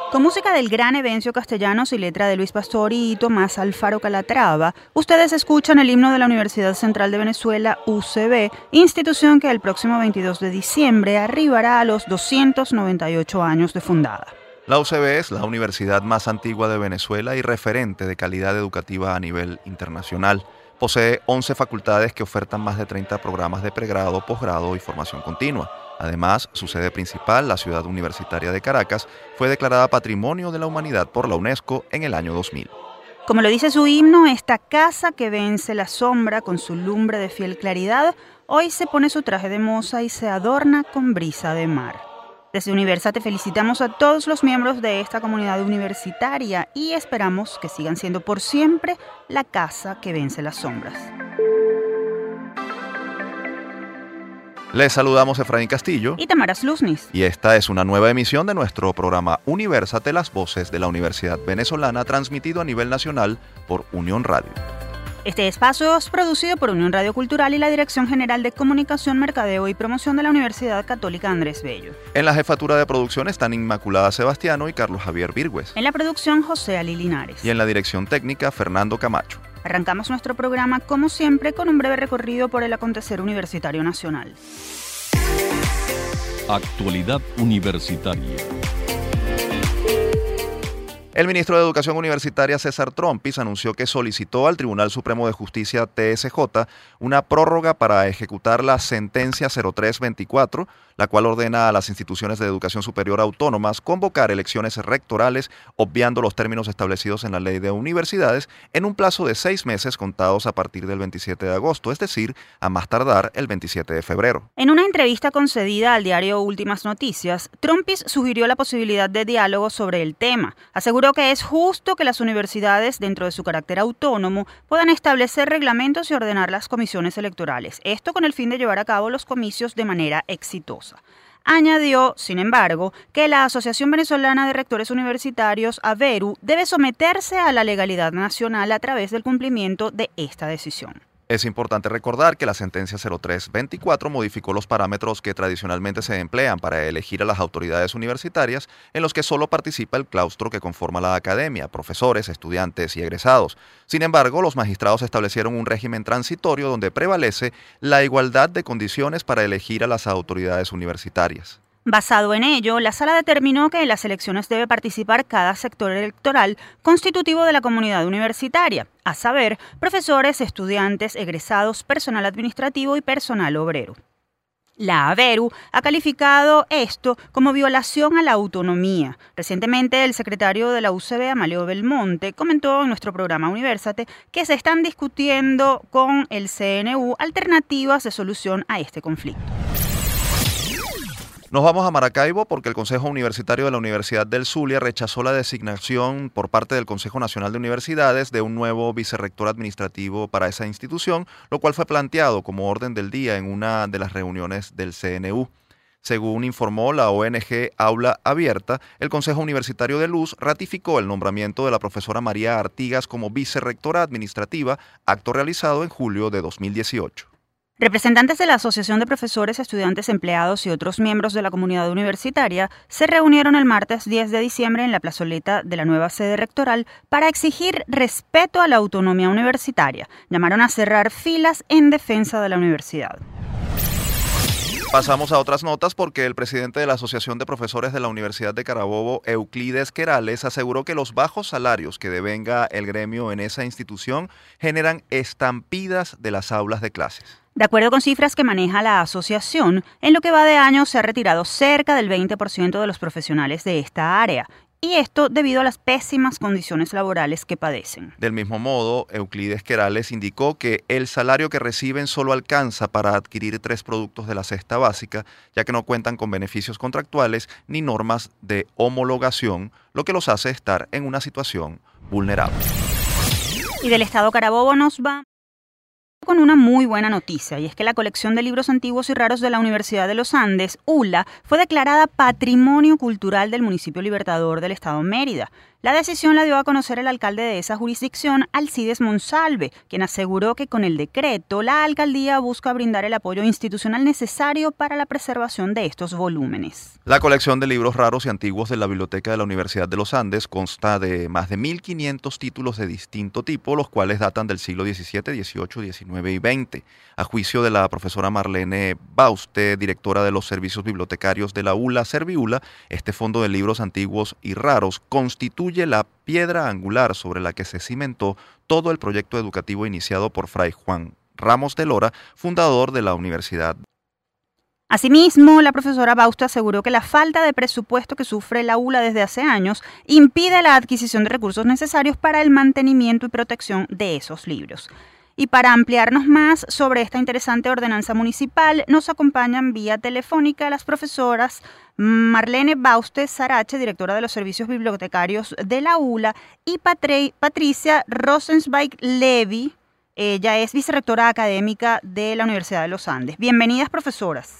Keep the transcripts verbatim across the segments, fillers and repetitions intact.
Con música del gran Evencio Castellanos y letra de Luis Pastori y Tomás Alfaro Calatrava, ustedes escuchan el himno de la Universidad Central de Venezuela, U C V, institución que el próximo veintidós de diciembre arribará a los doscientos noventa y ocho años de fundada. La U C V es la universidad más antigua de Venezuela y referente de calidad educativa a nivel internacional. Posee once facultades que ofertan más de treinta programas de pregrado, posgrado y formación continua. Además, su sede principal, la ciudad universitaria de Caracas, fue declarada Patrimonio de la Humanidad por la UNESCO en el año dos mil. Como lo dice su himno, esta casa que vence la sombra con su lumbre de fiel claridad, hoy se pone su traje de moza y se adorna con brisa de mar. Desde Universate felicitamos a todos los miembros de esta comunidad universitaria y esperamos que sigan siendo por siempre la casa que vence las sombras. Les saludamos Efraín Castillo y Tamara Sluznis. Y esta es una nueva emisión de nuestro programa Universate, las voces de la Universidad Venezolana, transmitido a nivel nacional por Unión Radio. Este espacio es producido por Unión Radio Cultural y la Dirección General de Comunicación, Mercadeo y Promoción de la Universidad Católica Andrés Bello. En la jefatura de producción están Inmaculada Sebastiano y Carlos Javier Virgües. En la producción, José Ali Linares. Y en la dirección técnica, Fernando Camacho. Arrancamos nuestro programa, como siempre, con un breve recorrido por el acontecer universitario nacional. Actualidad universitaria. El ministro de Educación Universitaria, César Trompis, anunció que solicitó al Tribunal Supremo de Justicia, T S J, una prórroga para ejecutar la sentencia cero tres veinticuatro, la cual ordena a las instituciones de educación superior autónomas convocar elecciones rectorales, obviando los términos establecidos en la Ley de Universidades, en un plazo de seis meses contados a partir del veintisiete de agosto, es decir, a más tardar el veintisiete de febrero. En una entrevista concedida al diario Últimas Noticias, Trompis sugirió la posibilidad de diálogo sobre el tema. Aseguró que es justo que las universidades, dentro de su carácter autónomo, puedan establecer reglamentos y ordenar las comisiones electorales. Esto con el fin de llevar a cabo los comicios de manera exitosa. Añadió, sin embargo, que la Asociación Venezolana de Rectores Universitarios, AVERU, debe someterse a la legalidad nacional a través del cumplimiento de esta decisión. Es importante recordar que la sentencia cero tres veinticuatro modificó los parámetros que tradicionalmente se emplean para elegir a las autoridades universitarias, en los que solo participa el claustro que conforma la academia, profesores, estudiantes y egresados. Sin embargo, los magistrados establecieron un régimen transitorio donde prevalece la igualdad de condiciones para elegir a las autoridades universitarias. Basado en ello, la Sala determinó que en las elecciones debe participar cada sector electoral constitutivo de la comunidad universitaria, a saber, profesores, estudiantes, egresados, personal administrativo y personal obrero. La AVERU ha calificado esto como violación a la autonomía. Recientemente, el secretario de la U C V, Amalio Belmonte, comentó en nuestro programa Universate que se están discutiendo con el C N U alternativas de solución a este conflicto. Nos vamos a Maracaibo porque el Consejo Universitario de la Universidad del Zulia rechazó la designación por parte del Consejo Nacional de Universidades de un nuevo vicerrector administrativo para esa institución, lo cual fue planteado como orden del día en una de las reuniones del C N U. Según informó la O N G Aula Abierta, el Consejo Universitario de Luz ratificó el nombramiento de la profesora María Artigas como vicerrectora administrativa, acto realizado en julio de dos mil dieciocho. Representantes de la Asociación de Profesores, Estudiantes, Empleados y otros miembros de la comunidad universitaria se reunieron el martes diez de diciembre en la plazoleta de la nueva sede rectoral para exigir respeto a la autonomía universitaria. Llamaron a cerrar filas en defensa de la universidad. Pasamos a otras notas porque el presidente de la Asociación de Profesores de la Universidad de Carabobo, Euclides Querales, aseguró que los bajos salarios que devenga el gremio en esa institución generan estampidas de las aulas de clases. De acuerdo con cifras que maneja la asociación, en lo que va de año se ha retirado cerca del veinte por ciento de los profesionales de esta área, y esto debido a las pésimas condiciones laborales que padecen. Del mismo modo, Euclides Querales indicó que el salario que reciben solo alcanza para adquirir tres productos de la cesta básica, ya que no cuentan con beneficios contractuales ni normas de homologación, lo que los hace estar en una situación vulnerable. Y del estado Carabobo nos va con una muy buena noticia, y es que la colección de libros antiguos y raros de la Universidad de los Andes, U L A, fue declarada Patrimonio Cultural del Municipio Libertador del Estado Mérida. La decisión la dio a conocer el alcalde de esa jurisdicción, Alcides Monsalve, quien aseguró que con el decreto la alcaldía busca brindar el apoyo institucional necesario para la preservación de estos volúmenes. La colección de libros raros y antiguos de la Biblioteca de la Universidad de los Andes consta de más de mil quinientos títulos de distinto tipo, los cuales datan del siglo diecisiete, dieciocho, diecinueve y veinte. A juicio de la profesora Marlene Bauste, directora de los servicios bibliotecarios de la U L A Serviula, este fondo de libros antiguos y raros constituye la piedra angular sobre la que se cimentó todo el proyecto educativo iniciado por Fray Juan Ramos de Lora, fundador de la universidad. Asimismo, la profesora Bauste aseguró que la falta de presupuesto que sufre la U L A desde hace años impide la adquisición de recursos necesarios para el mantenimiento y protección de esos libros. Y para ampliarnos más sobre esta interesante ordenanza municipal, nos acompañan vía telefónica las profesoras Marlene Bauste Sarache, directora de los servicios bibliotecarios de la U L A, y Patri- Patricia Rosenzweig Levy, ella es vicerrectora académica de la Universidad de los Andes. Bienvenidas, profesoras.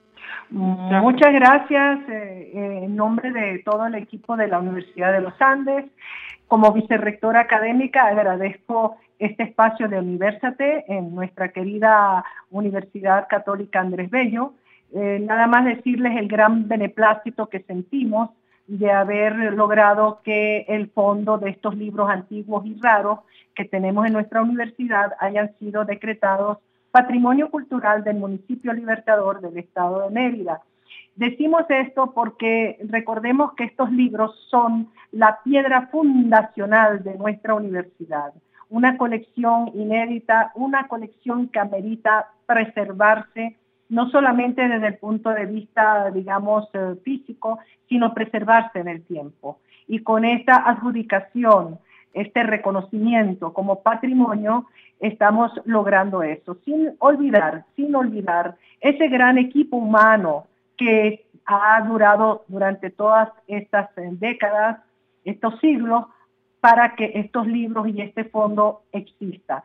Muchas gracias eh, eh, en nombre de todo el equipo de la Universidad de los Andes. Como vicerrectora académica agradezco este espacio de Universate en nuestra querida Universidad Católica Andrés Bello. Eh, nada más decirles el gran beneplácito que sentimos de haber logrado que el fondo de estos libros antiguos y raros que tenemos en nuestra universidad hayan sido decretados Patrimonio Cultural del Municipio Libertador del Estado de Mérida. Decimos esto porque recordemos que estos libros son la piedra fundacional de nuestra universidad, una colección inédita, una colección que amerita preservarse, no solamente desde el punto de vista, digamos, eh, físico, sino preservarse en el tiempo. Y con esta adjudicación, este reconocimiento como patrimonio, estamos logrando eso, sin olvidar, sin olvidar ese gran equipo humano que ha durado durante todas estas décadas, estos siglos, para que estos libros y este fondo exista.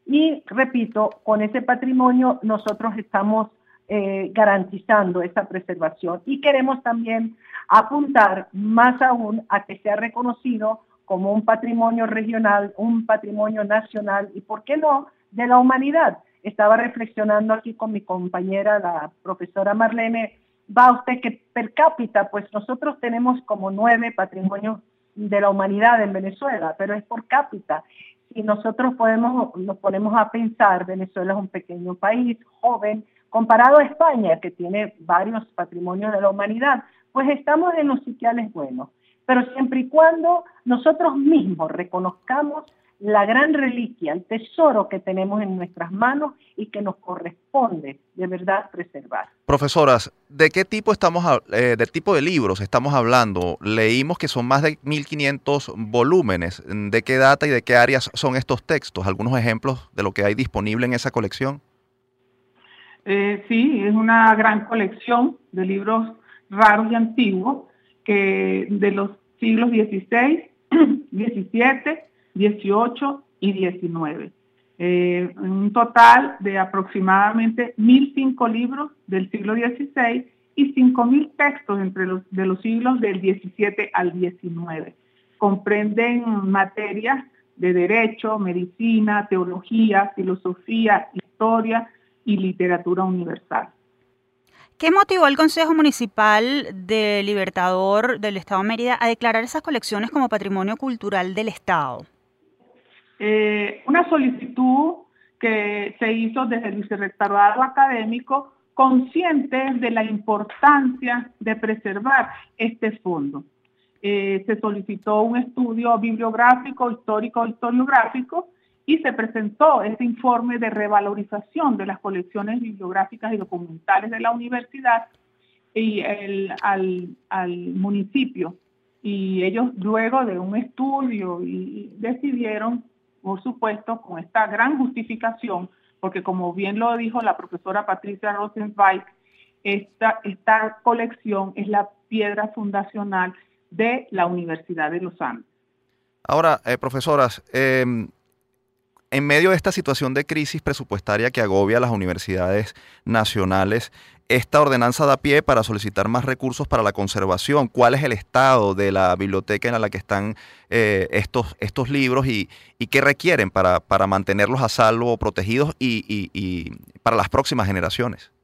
Y repito, con ese patrimonio nosotros estamos eh, garantizando esa preservación y queremos también apuntar más aún a que sea reconocido como un patrimonio regional, un patrimonio nacional y, ¿por qué no?, de la humanidad. Estaba reflexionando aquí con mi compañera, la profesora Marlene Bauste, que per cápita, pues nosotros tenemos como nueve patrimonios de la humanidad en Venezuela, pero es por cápita. Si nosotros podemos, nos ponemos a pensar, Venezuela es un pequeño país, joven, comparado a España, que tiene varios patrimonios de la humanidad, pues estamos en los sitiales buenos. Pero siempre y cuando nosotros mismos reconozcamos la gran reliquia, el tesoro que tenemos en nuestras manos y que nos corresponde de verdad preservar. Profesoras, ¿de qué tipo estamos eh, de tipo de libros estamos hablando? Leímos que son más de mil quinientos volúmenes. ¿De qué data y de qué áreas son estos textos? ¿Algunos ejemplos de lo que hay disponible en esa colección? Eh, sí, es una gran colección de libros raros y antiguos que de los siglos dieciséis, diecisiete, dieciocho y diecinueve. Eh, un total de aproximadamente mil cinco libros del siglo dieciséis y cinco mil textos entre los, de los siglos del diecisiete al diecinueve. Comprenden materias de derecho, medicina, teología, filosofía, historia y literatura universal. ¿Qué motivó al Consejo Municipal de Libertador del Estado de Mérida a declarar esas colecciones como Patrimonio Cultural del Estado? Eh, una solicitud que se hizo desde el Vicerrectorado Académico, consciente de la importancia de preservar este fondo. Eh, se solicitó un estudio bibliográfico, histórico, historiográfico, y se presentó ese informe de revalorización de las colecciones bibliográficas y documentales de la universidad y el, al, al municipio. Y ellos, luego de un estudio, y decidieron, por supuesto, con esta gran justificación, porque como bien lo dijo la profesora Patricia Rosenzweig, esta, esta colección es la piedra fundacional de la Universidad de los Andes. Ahora, eh, profesoras, eh, en medio de esta situación de crisis presupuestaria que agobia a las universidades nacionales, esta ordenanza da pie para solicitar más recursos para la conservación. ¿Cuál es el estado de la biblioteca en la que están eh, estos, estos libros y, y qué requieren para, para mantenerlos a salvo, protegidos y, y, y para las próximas generaciones?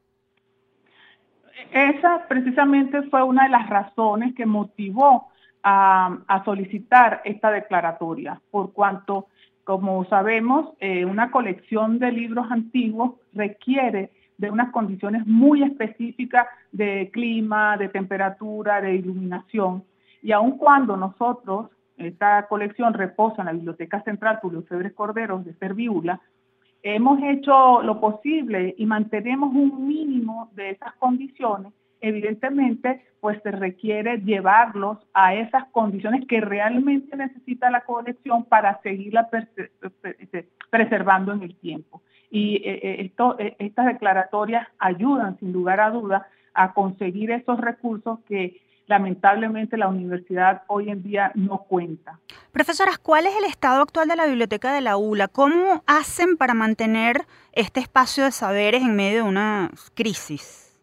Esa precisamente fue una de las razones que motivó a, a solicitar esta declaratoria, por cuanto, como sabemos, eh, una colección de libros antiguos requiere de unas condiciones muy específicas de clima, de temperatura, de iluminación. Y aun cuando nosotros, esta colección reposa en la Biblioteca Central Tulio Febres Corderos de Serviula, hemos hecho lo posible y mantenemos un mínimo de esas condiciones. Evidentemente, pues se requiere llevarlos a esas condiciones que realmente necesita la colección para seguirla pres- preservando en el tiempo. Y eh, esto, eh, estas declaratorias ayudan, sin lugar a dudas, a conseguir esos recursos que lamentablemente la universidad hoy en día no cuenta. Profesoras, ¿cuál es el estado actual de la biblioteca de la U L A? ¿Cómo hacen para mantener este espacio de saberes en medio de una crisis?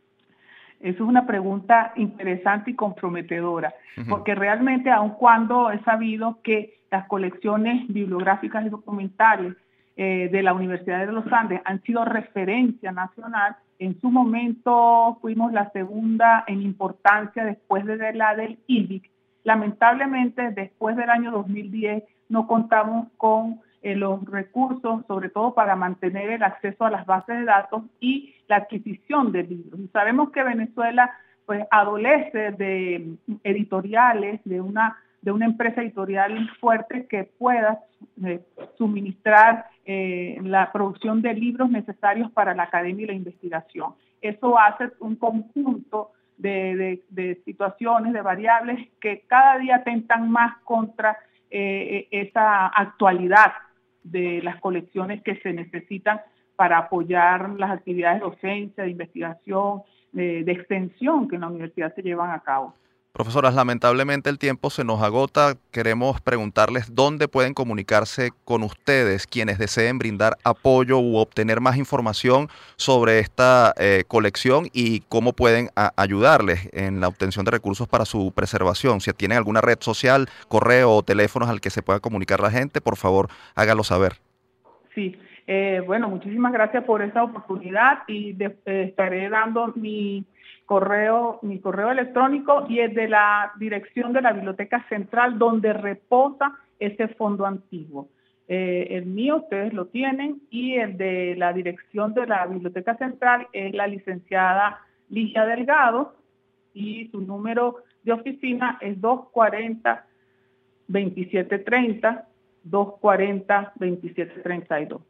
Eso es una pregunta interesante y comprometedora, uh-huh. porque realmente, aun cuando he sabido que las colecciones bibliográficas y documentales eh, de la Universidad de los Andes han sido referencia nacional, en su momento fuimos la segunda en importancia después de la del I L B I C. Lamentablemente, después del año dos mil diez, no contamos con eh, los recursos, sobre todo para mantener el acceso a las bases de datos y la adquisición de libros. Y sabemos que Venezuela pues, adolece de editoriales, de una, de una empresa editorial fuerte que pueda eh, suministrar eh, la producción de libros necesarios para la academia y la investigación. Eso hace un conjunto de, de, de situaciones, de variables que cada día atentan más contra eh, esa actualidad de las colecciones que se necesitan para apoyar las actividades de docencia, de investigación, de, de extensión que en la universidad se llevan a cabo. Profesoras, lamentablemente el tiempo se nos agota. Queremos preguntarles dónde pueden comunicarse con ustedes quienes deseen brindar apoyo u obtener más información sobre esta eh, colección y cómo pueden a, ayudarles en la obtención de recursos para su preservación. Si tienen alguna red social, correo o teléfonos al que se pueda comunicar la gente, por favor, hágalo saber. Sí, eh, bueno, muchísimas gracias por esa oportunidad y de, eh, estaré dando mi... correo, mi correo electrónico y es de la dirección de la Biblioteca Central donde reposa ese fondo antiguo. Eh, el mío ustedes lo tienen y el de la dirección de la Biblioteca Central es la licenciada Ligia Delgado y su número de oficina es dos cuarenta, veintisiete treinta, dos cuarenta, veintisiete treinta y dos.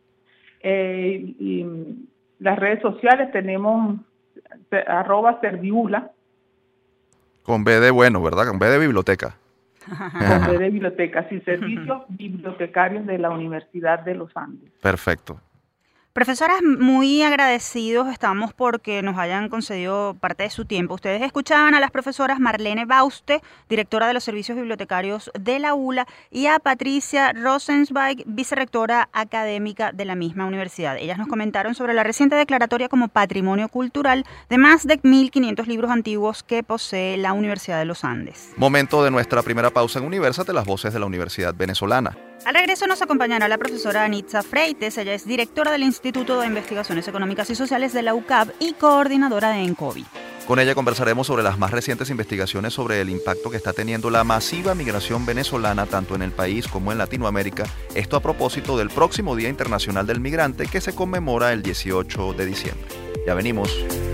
Eh, y las redes sociales tenemos arroba Serviula. Con B de bueno, ¿verdad? Con B de biblioteca. Con B de biblioteca, sí, servicios bibliotecarios de la Universidad de los Andes. Perfecto. Profesoras, muy agradecidos estamos porque nos hayan concedido parte de su tiempo. Ustedes escuchaban a las profesoras Marlene Bauste, directora de los servicios bibliotecarios de la U L A, y a Patricia Rosenzweig, vicerrectora académica de la misma universidad. Ellas nos comentaron sobre la reciente declaratoria como patrimonio cultural de más de mil quinientos libros antiguos que posee la Universidad de los Andes. Momento de nuestra primera pausa en Universate, las voces de la Universidad Venezolana. Al regreso nos acompañará la profesora Anitza Freites. Ella es directora del Instituto de Investigaciones Económicas y Sociales de la U C A B y coordinadora de ENCOVI. Con ella conversaremos sobre las más recientes investigaciones sobre el impacto que está teniendo la masiva migración venezolana tanto en el país como en Latinoamérica. Esto a propósito del próximo Día Internacional del Migrante que se conmemora el dieciocho de diciembre. Ya venimos.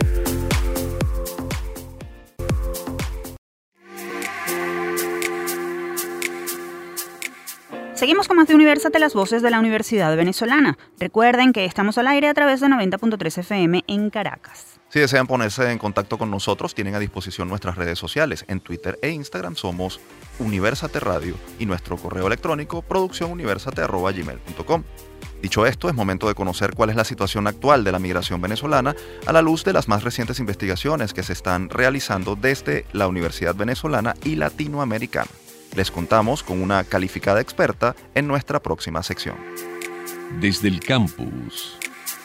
Seguimos con más de Universate, las voces de la Universidad Venezolana. Recuerden que estamos al aire a través de noventa punto tres F M en Caracas. Si desean ponerse en contacto con nosotros, tienen a disposición nuestras redes sociales. En Twitter e Instagram somos Universate Radio y nuestro correo electrónico producciónuniversate arroba gmail punto com. Dicho esto, es momento de conocer cuál es la situación actual de la migración venezolana a la luz de las más recientes investigaciones que se están realizando desde la Universidad Venezolana y Latinoamericana. Les contamos con una calificada experta en nuestra próxima sección. Desde el campus.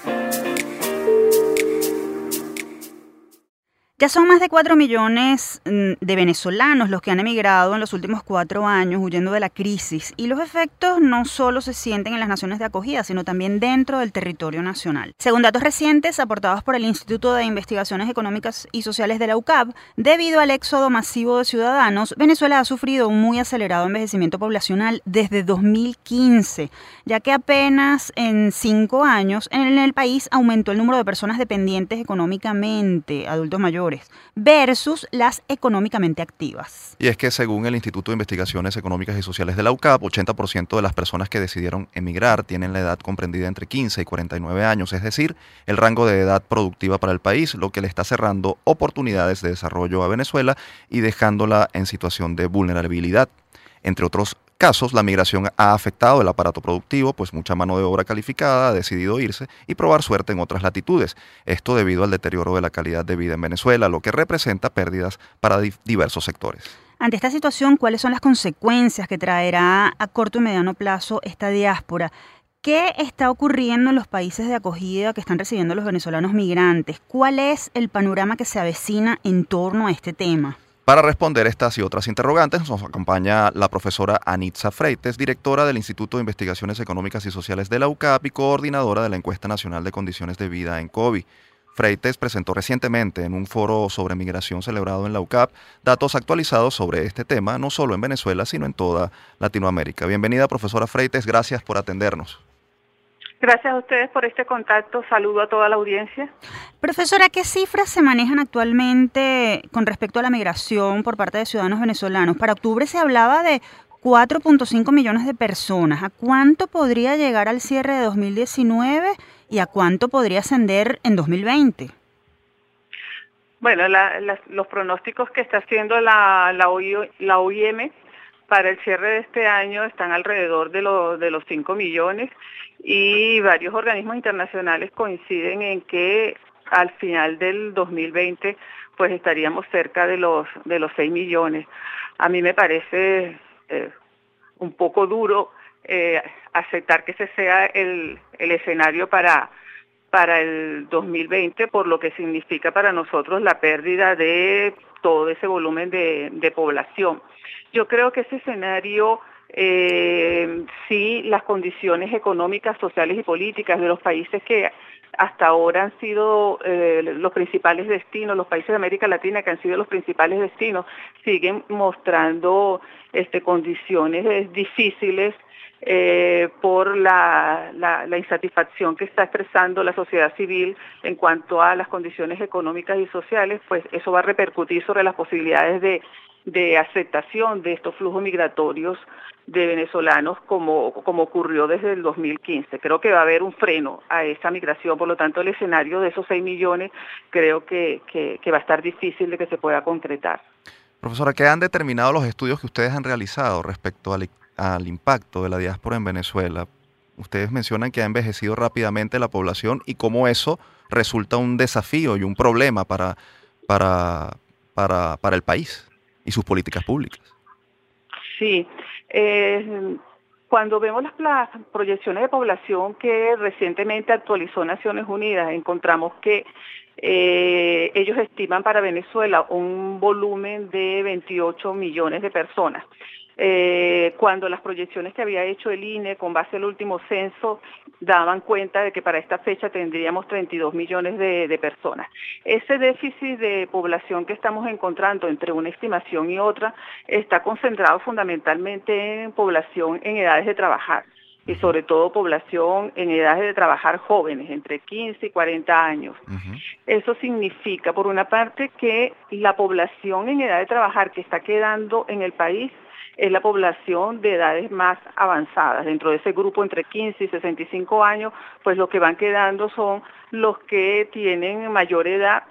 Ya son más de cuatro millones de venezolanos los que han emigrado en los últimos cuatro años huyendo de la crisis, y los efectos no solo se sienten en las naciones de acogida, sino también dentro del territorio nacional. Según datos recientes aportados por el Instituto de Investigaciones Económicas y Sociales de la U C A P, debido al éxodo masivo de ciudadanos, Venezuela ha sufrido un muy acelerado envejecimiento poblacional desde dos mil quince, ya que apenas en cinco años en el país aumentó el número de personas dependientes económicamente, adultos mayores, versus las económicamente activas. Y es que según el Instituto de Investigaciones Económicas y Sociales de la U C A P, ochenta por ciento de las personas que decidieron emigrar tienen la edad comprendida entre quince y cuarenta y nueve años, es decir, el rango de edad productiva para el país, lo que le está cerrando oportunidades de desarrollo a Venezuela y dejándola en situación de vulnerabilidad. Entre otros casos, la migración ha afectado el aparato productivo, pues mucha mano de obra calificada ha decidido irse y probar suerte en otras latitudes. Esto debido al deterioro de la calidad de vida en Venezuela, lo que representa pérdidas para diversos sectores. Ante esta situación, ¿cuáles son las consecuencias que traerá a corto y mediano plazo esta diáspora? ¿Qué está ocurriendo en los países de acogida que están recibiendo a los venezolanos migrantes? ¿Cuál es el panorama que se avecina en torno a este tema? Para responder estas y otras interrogantes nos acompaña la profesora Anitza Freites, directora del Instituto de Investigaciones Económicas y Sociales de la U C A P y coordinadora de la Encuesta Nacional de Condiciones de Vida en COVID. Freites presentó recientemente en un foro sobre migración celebrado en la U C A P datos actualizados sobre este tema, no solo en Venezuela, sino en toda Latinoamérica. Bienvenida, profesora Freites, gracias por atendernos. Gracias a ustedes por este contacto. Saludo a toda la audiencia. Profesora, ¿qué cifras se manejan actualmente con respecto a la migración por parte de ciudadanos venezolanos? Para octubre se hablaba de cuatro punto cinco millones de personas. ¿A cuánto podría llegar al cierre de dos mil diecinueve y a cuánto podría ascender en dos mil veinte? Bueno, la, la, los pronósticos que está haciendo la, la, O I M para el cierre de este año están alrededor de, lo, de los cinco millones. Y varios organismos internacionales coinciden en que al final del dos mil veinte pues estaríamos cerca de los de los seis millones. A mí me parece eh, un poco duro eh, aceptar que ese sea el, el escenario para, para el dos mil veinte, por lo que significa para nosotros la pérdida de todo ese volumen de, de población. Yo creo que ese escenario... Eh, sí, las condiciones económicas, sociales y políticas de los países que hasta ahora han sido eh, los principales destinos, los países de América Latina que han sido los principales destinos, siguen mostrando este, condiciones difíciles eh, por la, la, la insatisfacción que está expresando la sociedad civil en cuanto a las condiciones económicas y sociales. Pues eso va a repercutir sobre las posibilidades de de aceptación de estos flujos migratorios de venezolanos como, como ocurrió desde el dos mil quince. Creo que va a haber un freno a esa migración, por lo tanto el escenario de esos seis millones creo que, que, que va a estar difícil de que se pueda concretar. Profesora, ¿qué han determinado los estudios que ustedes han realizado respecto al, al impacto de la diáspora en Venezuela? Ustedes mencionan que ha envejecido rápidamente la población y cómo eso resulta un desafío y un problema para, para, para, para el país y sus políticas públicas. Sí, eh, cuando vemos las, las proyecciones de población que recientemente actualizó Naciones Unidas, encontramos que eh, ellos estiman para Venezuela un volumen de veintiocho millones de personas. Eh, cuando las proyecciones que había hecho el I N E con base al último censo daban cuenta de que para esta fecha tendríamos treinta y dos millones de, de personas. Ese déficit de población que estamos encontrando entre una estimación y otra está concentrado fundamentalmente en población en edades de trabajar y sobre todo población en edades de trabajar jóvenes, entre quince y cuarenta años. Uh-huh. Eso significa, por una parte, que la población en edad de trabajar que está quedando en el país es la población de edades más avanzadas. Dentro de ese grupo entre quince y sesenta y cinco años, pues los que van quedando son los que tienen mayor edad,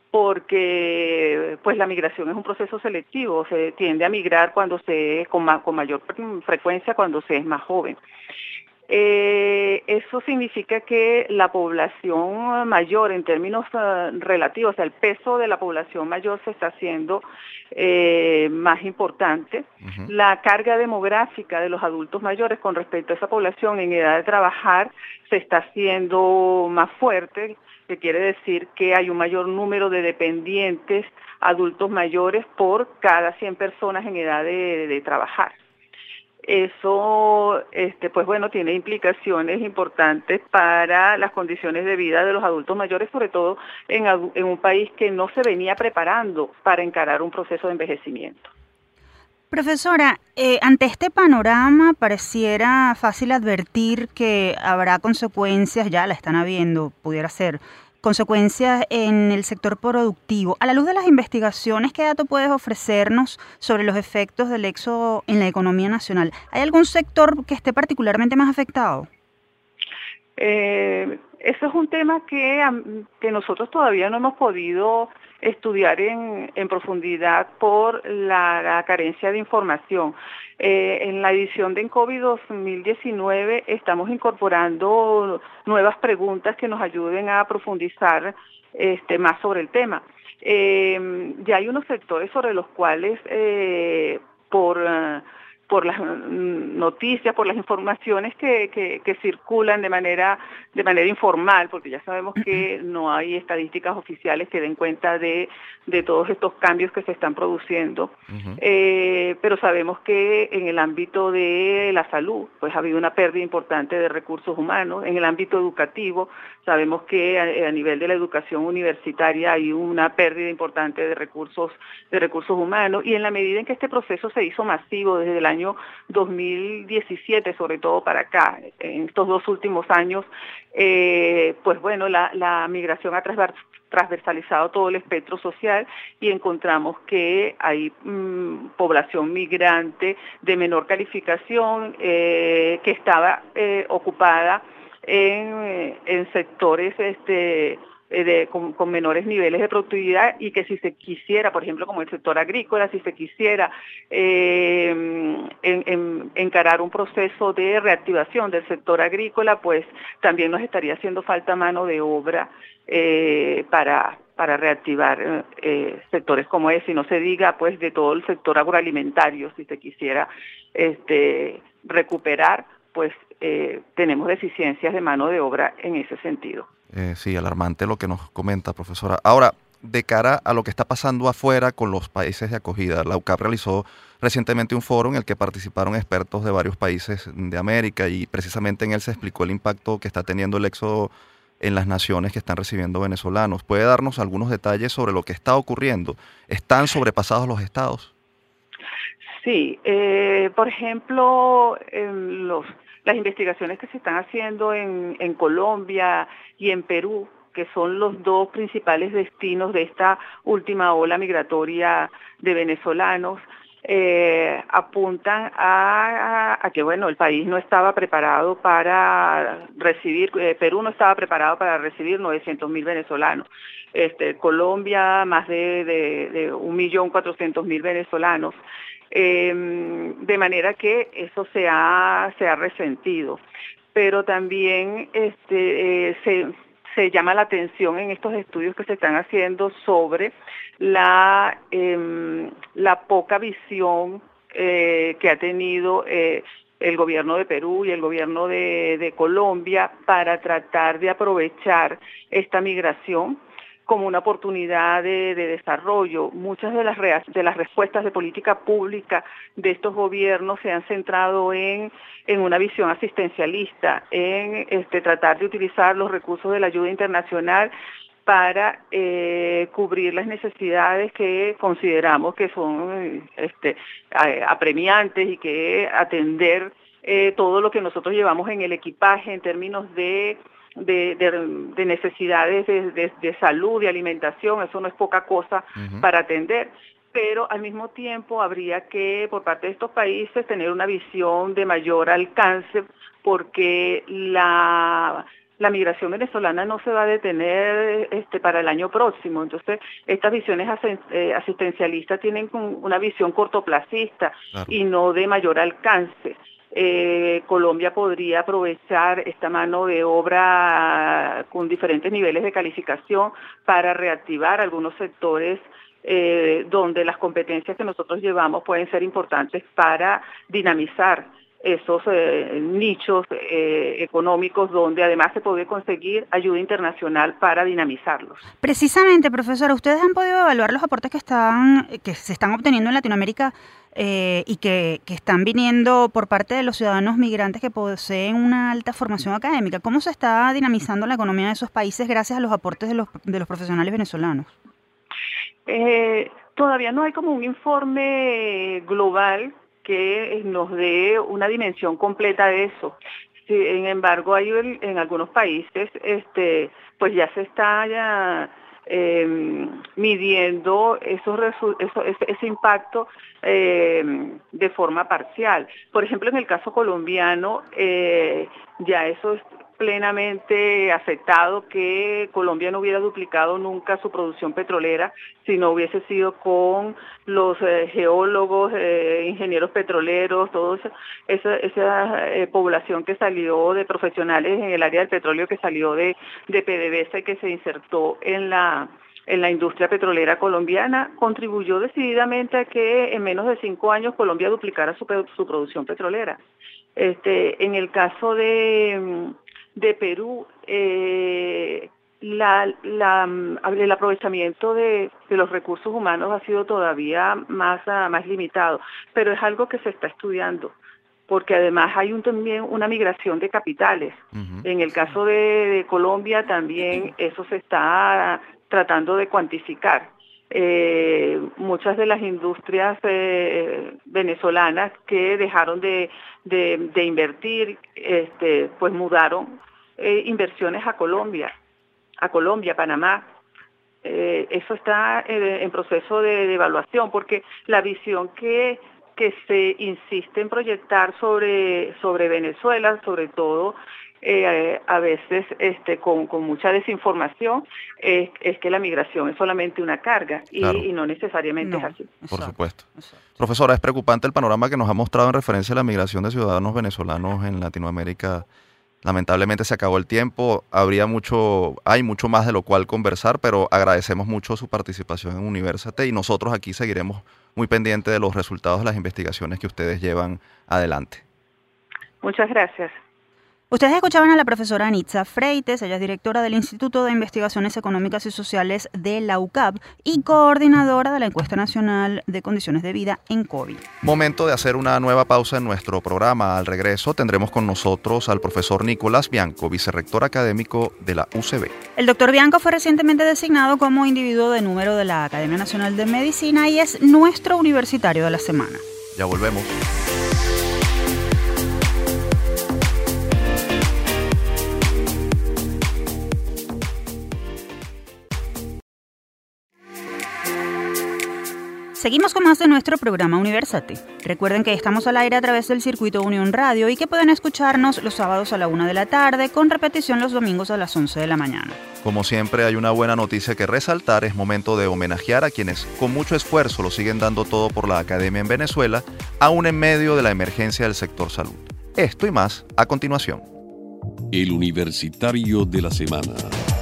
porque pues la migración es un proceso selectivo, se tiende a migrar cuando se con, ma, con mayor frecuencia cuando se es más joven. Eh, eso significa que la población mayor, en términos uh, relativos, o sea, el peso de la población mayor se está haciendo eh, más importante. Uh-huh. La carga demográfica de los adultos mayores con respecto a esa población en edad de trabajar se está haciendo más fuerte, que quiere decir que hay un mayor número de dependientes adultos mayores por cada cien personas en edad de, de trabajar. Eso, este, pues bueno, tiene implicaciones importantes para las condiciones de vida de los adultos mayores, sobre todo en, en un país que no se venía preparando para encarar un proceso de envejecimiento. Profesora, eh, ante este panorama pareciera fácil advertir que habrá consecuencias, ya la están habiendo, pudiera ser, consecuencias en el sector productivo. A la luz de las investigaciones, ¿qué dato puedes ofrecernos sobre los efectos del éxodo en la economía nacional? ¿Hay algún sector que esté particularmente más afectado? Eh, eso es un tema que, que nosotros todavía no hemos podido estudiar en, en profundidad por la, la carencia de información. Eh, en la edición de ENCOVI dos mil diecinueve estamos incorporando nuevas preguntas que nos ayuden a profundizar este, más sobre el tema. Eh, ya hay unos sectores sobre los cuales eh, por... Uh, por las noticias, por las informaciones que, que, que circulan de manera de manera informal, porque ya sabemos que no hay estadísticas oficiales que den cuenta de, de todos estos cambios que se están produciendo, uh-huh. eh, pero sabemos que en el ámbito de la salud, pues ha habido una pérdida importante de recursos humanos. En el ámbito educativo, sabemos que a, a nivel de la educación universitaria hay una pérdida importante de recursos, de recursos humanos, y en la medida en que este proceso se hizo masivo desde el año dos mil diecisiete, sobre todo para acá, en estos dos últimos años, eh, pues bueno, la, la migración ha transversalizado todo el espectro social y encontramos que hay mmm, población migrante de menor calificación eh, que estaba eh, ocupada en, en sectores este De, con, con menores niveles de productividad, y que si se quisiera, por ejemplo, como el sector agrícola, si se quisiera eh, en, en, encarar un proceso de reactivación del sector agrícola, pues también nos estaría haciendo falta mano de obra eh, para, para reactivar eh, sectores como ese, y no se diga pues de todo el sector agroalimentario, si se quisiera este, recuperar, pues eh, tenemos deficiencias de mano de obra en ese sentido. Eh, sí, alarmante lo que nos comenta, profesora. Ahora, de cara a lo que está pasando afuera con los países de acogida, la U C A P realizó recientemente un foro en el que participaron expertos de varios países de América, y precisamente en él se explicó el impacto que está teniendo el éxodo en las naciones que están recibiendo venezolanos. ¿Puede darnos algunos detalles sobre lo que está ocurriendo? ¿Están sobrepasados los estados? Sí, eh, por ejemplo, en los... las investigaciones que se están haciendo en, en Colombia y en Perú, que son los dos principales destinos de esta última ola migratoria de venezolanos, eh, apuntan a, a, a que, bueno, el país no estaba preparado para recibir, eh, Perú no estaba preparado para recibir novecientos mil venezolanos. Este, Colombia, más de, de, de un millón cuatrocientos mil venezolanos. Eh, de manera que eso se ha, se ha resentido. Pero también este, eh, se, se llama la atención en estos estudios que se están haciendo sobre la, eh, la poca visión eh, que ha tenido eh, el gobierno de Perú y el gobierno de, de Colombia para tratar de aprovechar esta migración como una oportunidad de, de desarrollo. Muchas de las, re, de las respuestas de política pública de estos gobiernos se han centrado en, en una visión asistencialista, en este, tratar de utilizar los recursos de la ayuda internacional para eh, cubrir las necesidades que consideramos que son este, apremiantes, y que atender eh, todo lo que nosotros llevamos en el equipaje en términos de De, de, de necesidades de, de, de salud, de alimentación. Eso no es poca cosa uh-huh. para atender, pero al mismo tiempo habría que, por parte de estos países, tener una visión de mayor alcance, porque la, la migración venezolana no se va a detener este, para el año próximo. Entonces, estas visiones asistencialistas tienen una visión cortoplacista claro. y no de mayor alcance. eh, Colombia podría aprovechar esta mano de obra con diferentes niveles de calificación para reactivar algunos sectores eh, donde las competencias que nosotros llevamos pueden ser importantes para dinamizar esos eh, nichos eh, económicos donde además se puede conseguir ayuda internacional para dinamizarlos. Precisamente, profesora, ¿ustedes han podido evaluar los aportes que están que se están obteniendo en Latinoamérica eh, y que, que están viniendo por parte de los ciudadanos migrantes que poseen una alta formación académica? ¿Cómo se está dinamizando la economía de esos países gracias a los aportes de los, de los profesionales venezolanos? Eh, todavía no hay como un informe global que nos dé una dimensión completa de eso. Sin embargo, hay en algunos países, este, pues ya se está ya eh, midiendo esos eso, ese, ese impacto eh, de forma parcial. Por ejemplo, en el caso colombiano, eh, ya eso es plenamente aceptado que Colombia no hubiera duplicado nunca su producción petrolera si no hubiese sido con los eh, geólogos, eh, ingenieros petroleros, toda esa, esa, esa eh, población que salió de profesionales en el área del petróleo, que salió de, de PDVSA y que se insertó en la en la industria petrolera colombiana, contribuyó decididamente a que en menos de cinco años Colombia duplicara su, su producción petrolera. Este, en el caso de de Perú, eh, la, la, el aprovechamiento de, de los recursos humanos ha sido todavía más, uh, más limitado, pero es algo que se está estudiando, porque además hay un, también una migración de capitales. Uh-huh. En el caso de, de Colombia también eso se está tratando de cuantificar. Eh, muchas de las industrias eh, venezolanas que dejaron de, de, de invertir, este, pues mudaron eh, inversiones a Colombia, a Colombia, Panamá. Eh, eso está eh, en proceso de, de evaluación, porque la visión que, que se insiste en proyectar sobre, sobre Venezuela, sobre todo, Eh, a veces este, con, con mucha desinformación, es, es que la migración es solamente una carga y, claro. y no necesariamente no, es así. Por supuesto. Exacto. Profesora, es preocupante el panorama que nos ha mostrado en referencia a la migración de ciudadanos venezolanos en Latinoamérica. Lamentablemente se acabó el tiempo, habría mucho, hay mucho más de lo cual conversar, pero agradecemos mucho su participación en Universate y nosotros aquí seguiremos muy pendientes de los resultados de las investigaciones que ustedes llevan adelante. Muchas gracias. Ustedes escuchaban a la profesora Anitza Freites, ella es directora del Instituto de Investigaciones Económicas y Sociales de la U C A P y coordinadora de la Encuesta Nacional de Condiciones de Vida en COVID. Momento de hacer una nueva pausa en nuestro programa. Al regreso tendremos con nosotros al profesor Nicolás Bianco, vicerrector académico de la U C B. El doctor Bianco fue recientemente designado como individuo de número de la Academia Nacional de Medicina y es nuestro universitario de la semana. Ya volvemos. Seguimos con más de nuestro programa Universate. Recuerden que estamos al aire a través del circuito Unión Radio y que pueden escucharnos los sábados a la una de la tarde, con repetición los domingos a las once de la mañana. Como siempre, hay una buena noticia que resaltar. Es momento de homenajear a quienes con mucho esfuerzo lo siguen dando todo por la academia en Venezuela, aún en medio de la emergencia del sector salud. Esto y más a continuación. El Universitario de la Semana.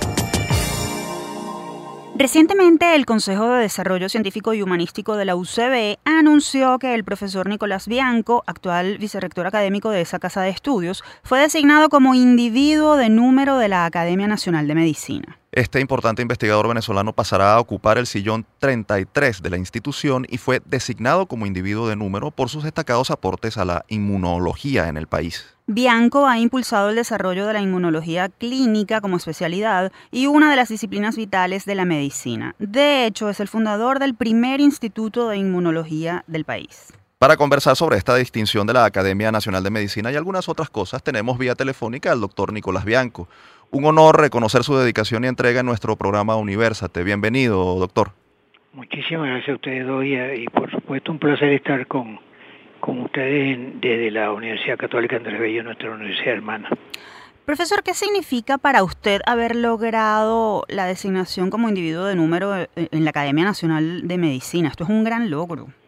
Recientemente, el Consejo de Desarrollo Científico y Humanístico de la U C B anunció que el profesor Nicolás Bianco, actual vicerrector académico de esa casa de estudios, fue designado como individuo de número de la Academia Nacional de Medicina. Este importante investigador venezolano pasará a ocupar el sillón treinta y tres de la institución y fue designado como individuo de número por sus destacados aportes a la inmunología en el país. Bianco ha impulsado el desarrollo de la inmunología clínica como especialidad y una de las disciplinas vitales de la medicina. De hecho, es el fundador del primer instituto de inmunología del país. Para conversar sobre esta distinción de la Academia Nacional de Medicina y algunas otras cosas, tenemos vía telefónica al doctor Nicolás Bianco. Un honor reconocer su dedicación y entrega en nuestro programa Universate. Bienvenido, doctor. Muchísimas gracias a ustedes dos y, y por supuesto un placer estar con, con ustedes desde la Universidad Católica Andrés Bello, nuestra universidad hermana. Profesor, ¿qué significa para usted haber logrado la designación como individuo de número en la Academia Nacional de Medicina? Esto es un gran logro.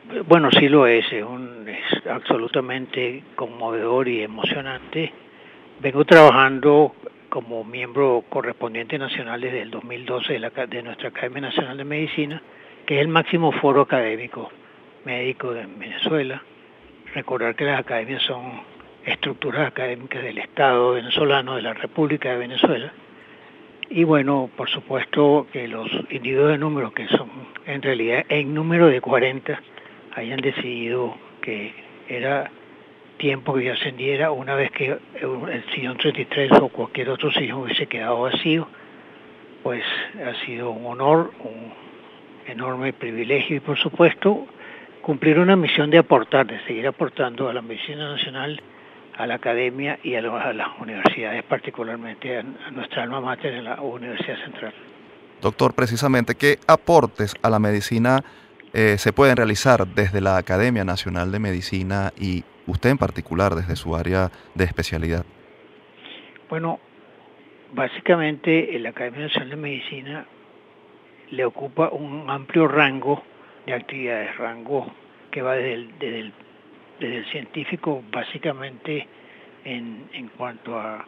Bueno, sí lo es, es, un, es absolutamente conmovedor y emocionante. Vengo trabajando como miembro correspondiente nacional desde el dos mil doce de, la, de nuestra Academia Nacional de Medicina, que es el máximo foro académico médico de Venezuela. Recordar que las academias son estructuras académicas del Estado venezolano, de la República de Venezuela. Y bueno, por supuesto que los individuos de número, que son en realidad en número de cuarenta, hayan decidido que era tiempo que yo ascendiera una vez que el sillón treinta y tres o cualquier otro sillón hubiese quedado vacío, pues ha sido un honor, un enorme privilegio y por supuesto cumplir una misión de aportar, de seguir aportando a la medicina nacional, a la academia y a, lo, a las universidades, particularmente a, a nuestra alma mater en la Universidad Central. Doctor, precisamente, ¿qué aportes a la medicina eh, se pueden realizar desde la Academia Nacional de Medicina y usted en particular desde su área de especialidad? Bueno, básicamente la Academia Nacional de Medicina le ocupa un amplio rango de actividades, rango que va desde el, desde el, desde el científico básicamente en, en cuanto a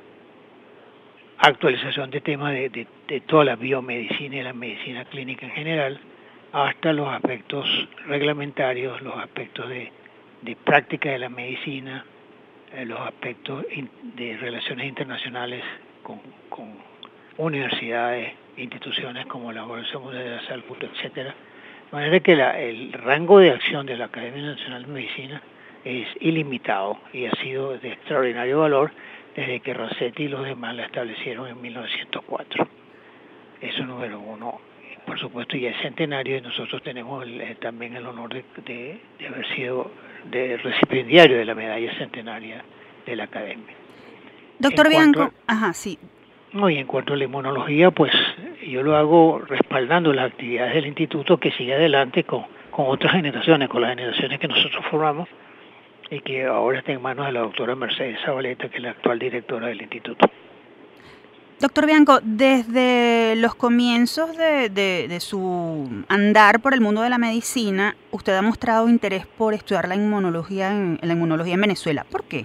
actualización de temas de, de, de toda la biomedicina y la medicina clínica en general, hasta los aspectos reglamentarios, los aspectos de, de práctica de la medicina, eh, los aspectos in, de relaciones internacionales con, con universidades, instituciones como la Organización Mundial de la Salud, etcétera. De manera que la, el rango de acción de la Academia Nacional de Medicina es ilimitado y ha sido de extraordinario valor desde que Rasetti y los demás la establecieron en mil novecientos cuatro. Eso número uno. Por supuesto, ya es centenario y nosotros tenemos el, eh, también el honor de, de, de haber sido de recipiendario de la medalla centenaria de la Academia. Doctor Bianco, a, ajá, sí. No, y en cuanto a la inmunología, pues yo lo hago respaldando las actividades del instituto que sigue adelante con, con otras generaciones, con las generaciones que nosotros formamos y que ahora está en manos de la doctora Mercedes Zabaleta, que es la actual directora del instituto. Doctor Bianco, desde los comienzos de, de, de su andar por el mundo de la medicina, usted ha mostrado interés por estudiar la inmunología en, la inmunología en Venezuela. ¿Por qué?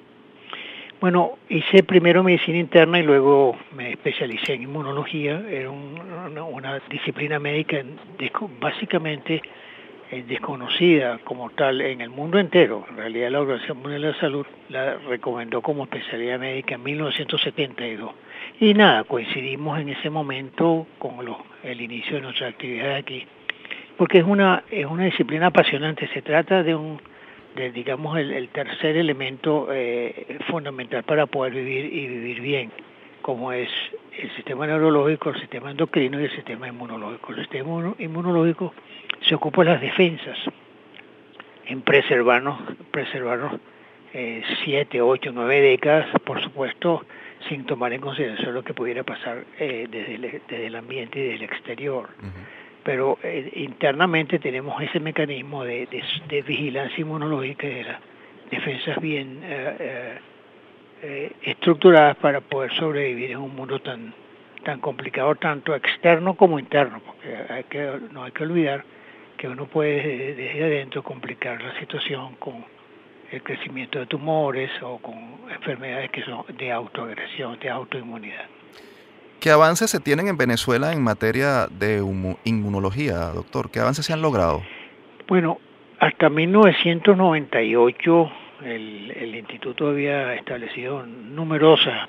Bueno, hice primero medicina interna y luego me especialicé en inmunología. Era un, una, una disciplina médica básicamente eh, desconocida como tal en el mundo entero. En realidad la Organización Mundial de la Salud la recomendó como especialidad médica en mil novecientos setenta y dos. Y nada, coincidimos en ese momento con los, el inicio de nuestra actividad aquí, porque es una, es una disciplina apasionante. Se trata de un de, digamos, el, el tercer elemento eh, fundamental para poder vivir y vivir bien, como es el sistema neurológico, el sistema endocrino y el sistema inmunológico. El sistema inmunológico se ocupa de las defensas, en preservarnos, preservarnos eh, siete, ocho, nueve décadas, por supuesto, sin tomar en consideración lo que pudiera pasar eh, desde, el, desde el ambiente y del exterior. Uh-huh. Pero eh, internamente tenemos ese mecanismo de, de, de vigilancia inmunológica y de las defensas bien eh, eh, eh, estructuradas para poder sobrevivir en un mundo tan tan complicado, tanto externo como interno, porque hay que, no hay que olvidar que uno puede desde, desde adentro complicar la situación con el crecimiento de tumores o con enfermedades que son de autoagresión, de autoinmunidad. ¿Qué avances se tienen en Venezuela en materia de inmunología, doctor? ¿Qué avances se han logrado? Bueno, hasta mil novecientos noventa y ocho el, el instituto había establecido numerosas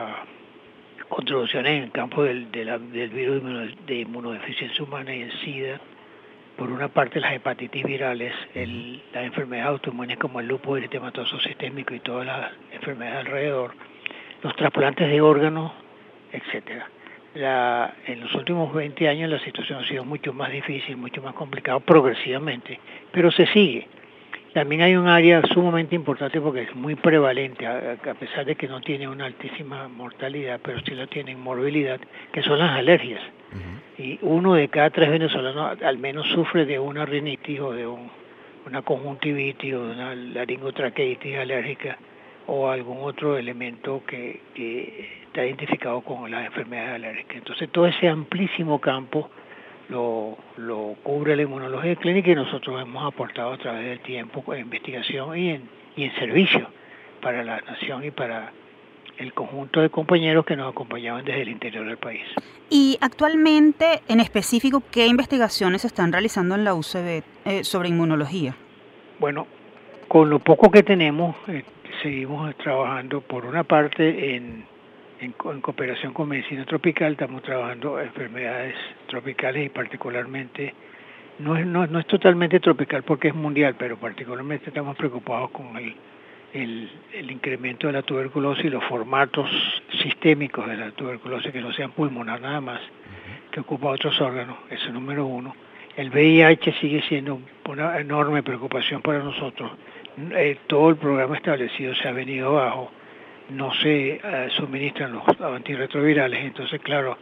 uh, contribuciones en el campo del, de la, del virus de inmunodeficiencia humana y el SIDA. Por una parte las hepatitis virales, el, las enfermedades autoinmunes como el lupus eritematoso sistémico y todas las enfermedades alrededor, los trasplantes de órganos, etcétera. La, en los últimos veinte años la situación ha sido mucho más difícil, mucho más complicada progresivamente, pero se sigue. También hay un área sumamente importante porque es muy prevalente, a, a pesar de que no tiene una altísima mortalidad, pero sí la tiene en morbilidad, que son las alergias. Uh-huh. Y uno de cada tres venezolanos al menos sufre de una rinitis o de un, una conjuntivitis o de una laringotraqueitis alérgica o algún otro elemento que, que está identificado con las enfermedades alérgicas. Entonces todo ese amplísimo campo lo, lo cubre la inmunología clínica y nosotros hemos aportado a través del tiempo en investigación y en, y en servicio para la nación y para el conjunto de compañeros que nos acompañaban desde el interior del país. Y actualmente, en específico, ¿qué investigaciones se están realizando en la U C B eh, sobre inmunología? Bueno, con lo poco que tenemos, eh, seguimos trabajando por una parte en, en, en cooperación con medicina tropical, estamos trabajando enfermedades tropicales y particularmente, no es, no, no es totalmente tropical porque es mundial, pero particularmente estamos preocupados con el El, el incremento de la tuberculosis y los formatos sistémicos de la tuberculosis que no sean pulmonar nada más, que ocupa otros órganos, ese número uno. El V I H sigue siendo una enorme preocupación para nosotros. Eh, todo el programa establecido se ha venido abajo, no se uh, suministran los antirretrovirales, entonces claro,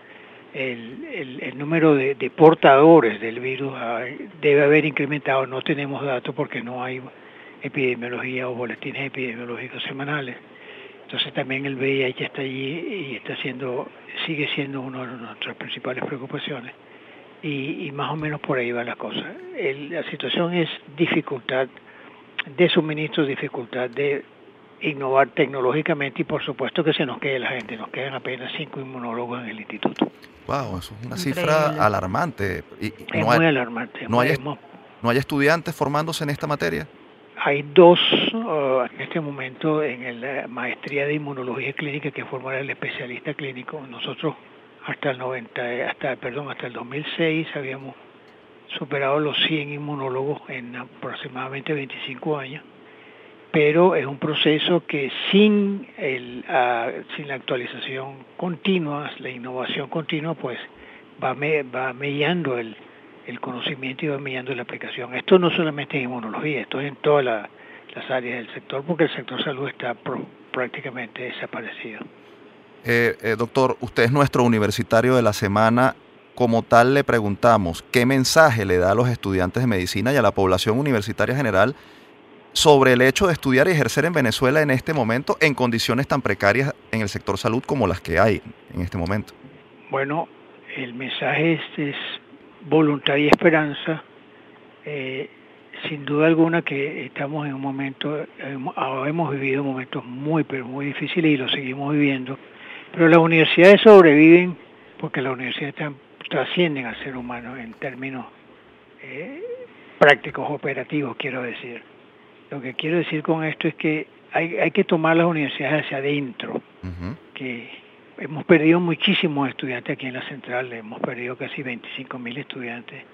el, el, el número de, de portadores del virus uh, debe haber incrementado, no tenemos datos porque no hay epidemiología o boletines epidemiológicos semanales. Entonces también el V I H está allí y está siendo, sigue siendo una de nuestras principales preocupaciones. Y, y más o menos por ahí va la cosa. El, la situación es dificultad de suministro, dificultad de innovar tecnológicamente y por supuesto que se nos quede la gente. Nos quedan apenas cinco inmunólogos en el instituto. Wow, eso es una Increíble. Cifra alarmante. Y, y es no muy hay, alarmante. No hay, Hemos, ¿No hay estudiantes formándose en esta materia? Hay dos uh, en este momento en la maestría de inmunología clínica que formará el especialista clínico. Nosotros hasta el noventa, hasta perdón, hasta el dos mil seis habíamos superado los cien inmunólogos en aproximadamente veinticinco años, pero es un proceso que sin el uh, sin la actualización continua, la innovación continua, pues va me, va mellando el el conocimiento y va mellando la aplicación. Esto no solamente es inmunología, esto es en todas la, las áreas del sector, porque el sector salud está pro, prácticamente desaparecido. Eh, eh, doctor, usted es nuestro universitario de la semana. Como tal, le preguntamos, ¿qué mensaje le da a los estudiantes de medicina y a la población universitaria general sobre el hecho de estudiar y ejercer en Venezuela en este momento en condiciones tan precarias en el sector salud como las que hay en este momento? Bueno, el mensaje es, es voluntad y esperanza. Eh, sin duda alguna que estamos en un momento, hemos, hemos vivido momentos muy, pero muy difíciles y lo seguimos viviendo, pero las universidades sobreviven porque las universidades están, trascienden al ser humano en términos eh, prácticos, operativos, quiero decir. Lo que quiero decir con esto es que hay, hay que tomar las universidades hacia adentro, uh-huh. que hemos perdido muchísimos estudiantes aquí en la central, hemos perdido casi veinticinco mil estudiantes.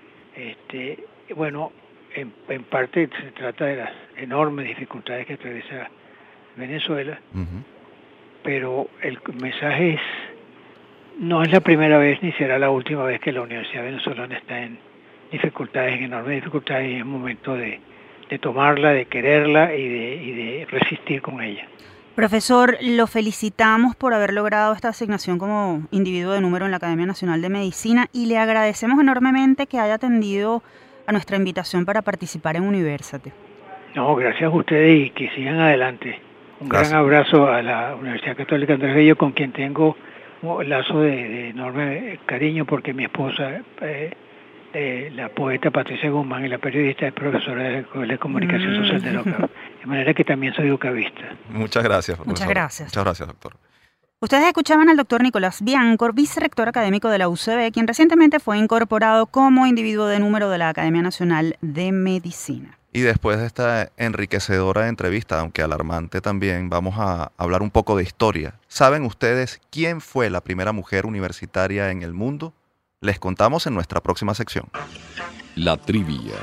Este, bueno, en, en parte se trata de las enormes dificultades que atraviesa Venezuela, uh-huh. pero el mensaje es, no es la primera vez ni será la última vez que la Universidad Venezolana está en dificultades, en enormes dificultades, y es momento de, de tomarla, de quererla y de, y de resistir con ella. Profesor, lo felicitamos por haber logrado esta asignación como individuo de número en la Academia Nacional de Medicina y le agradecemos enormemente que haya atendido a nuestra invitación para participar en Universate. No, gracias a ustedes y que sigan adelante. Un gracias. Gran abrazo a la Universidad Católica Andrés Bello, con quien tengo un lazo de, de enorme cariño porque mi esposa, eh, eh, la poeta Patricia Guzmán y la periodista es profesora de la Escuela de Comunicación mm. Social de la U C A B. De manera que también soy ucavista. Muchas gracias, profesor. Muchas gracias. Muchas gracias, doctor. Ustedes escuchaban al doctor Nicolás Biancor, vicerrector académico de la U C B, quien recientemente fue incorporado como individuo de número de la Academia Nacional de Medicina. Y después de esta enriquecedora entrevista, aunque alarmante también, vamos a hablar un poco de historia. ¿Saben ustedes quién fue la primera mujer universitaria en el mundo? Les contamos en nuestra próxima sección. La trivia.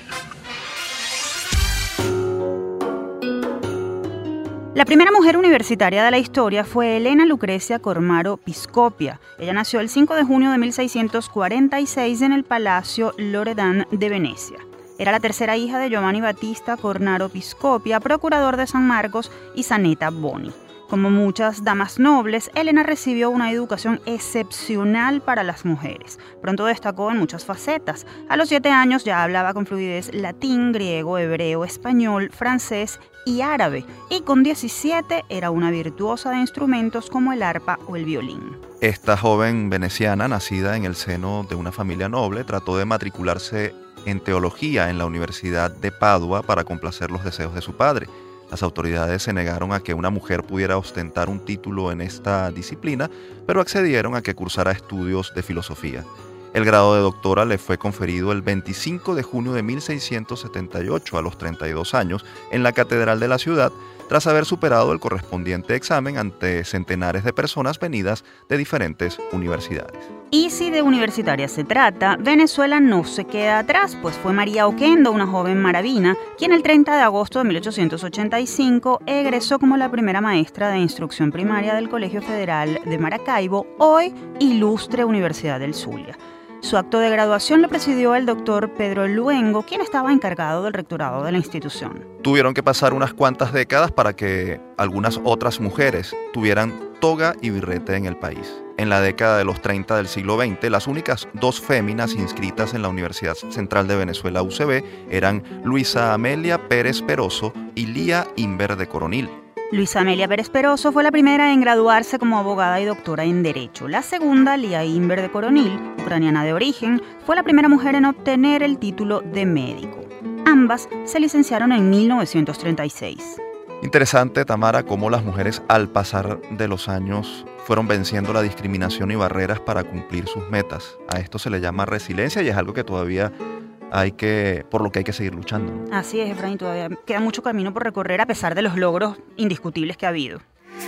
La primera mujer universitaria de la historia fue Elena Lucrecia Cormaro Piscopia. Ella nació el cinco de junio de mil seiscientos cuarenta y seis en el Palacio Loredan de Venecia. Era la tercera hija de Giovanni Battista Cornaro Piscopia, procurador de San Marcos, y Saneta Boni. Como muchas damas nobles, Helena recibió una educación excepcional para las mujeres. Pronto destacó en muchas facetas. A los siete años ya hablaba con fluidez latín, griego, hebreo, español, francés y árabe. Y con diecisiete era una virtuosa de instrumentos como el arpa o el violín. Esta joven veneciana, nacida en el seno de una familia noble, trató de matricularse en teología en la Universidad de Padua para complacer los deseos de su padre. Las autoridades se negaron a que una mujer pudiera ostentar un título en esta disciplina, pero accedieron a que cursara estudios de filosofía. El grado de doctora le fue conferido el veinticinco de junio de mil seiscientos setenta y ocho, a los treinta y dos años, en la Catedral de la ciudad, tras haber superado el correspondiente examen ante centenares de personas venidas de diferentes universidades. Y si de universitaria se trata, Venezuela no se queda atrás, pues fue María Oquendo, una joven maravina, quien el treinta de agosto de mil ochocientos ochenta y cinco egresó como la primera maestra de instrucción primaria del Colegio Federal de Maracaibo, hoy ilustre Universidad del Zulia. Su acto de graduación lo presidió el doctor Pedro Luengo, quien estaba encargado del rectorado de la institución. Tuvieron que pasar unas cuantas décadas para que algunas otras mujeres tuvieran toga y birrete en el país. En la década de los treinta del siglo veinte, las únicas dos féminas inscritas en la Universidad Central de Venezuela, U C B, eran Luisa Amelia Pérez Peroso y Lía Inver de Coronil. Luisa Amelia Pérez Peroso fue la primera en graduarse como abogada y doctora en Derecho. La segunda, Lía Inver de Coronil, ucraniana de origen, fue la primera mujer en obtener el título de médico. Ambas se licenciaron en mil novecientos treinta y seis. Interesante, Tamara, cómo las mujeres al pasar de los años fueron venciendo la discriminación y barreras para cumplir sus metas. A esto se le llama resiliencia y es algo que todavía hay que, por lo que hay que seguir luchando. Así es, Efraín, todavía queda mucho camino por recorrer a pesar de los logros indiscutibles que ha habido.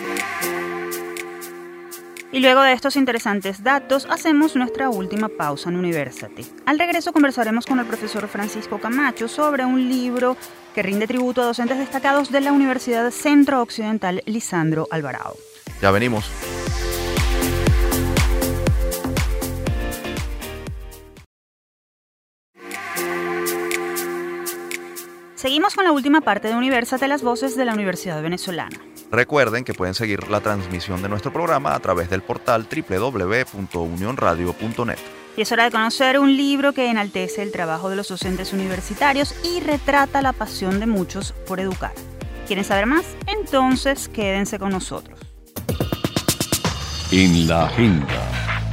Y luego de estos interesantes datos, hacemos nuestra última pausa en Universate. Al regreso conversaremos con el profesor Francisco Camacho sobre un libro que rinde tributo a docentes destacados de la Universidad Centro Occidental Lisandro Alvarado. Ya venimos. Seguimos con la última parte de Universate, las voces de la Universidad Venezolana. Recuerden que pueden seguir la transmisión de nuestro programa a través del portal doble u doble u doble u punto unión radio punto net. Y es hora de conocer un libro que enaltece el trabajo de los docentes universitarios y retrata la pasión de muchos por educar. ¿Quieren saber más? Entonces quédense con nosotros. En la agenda.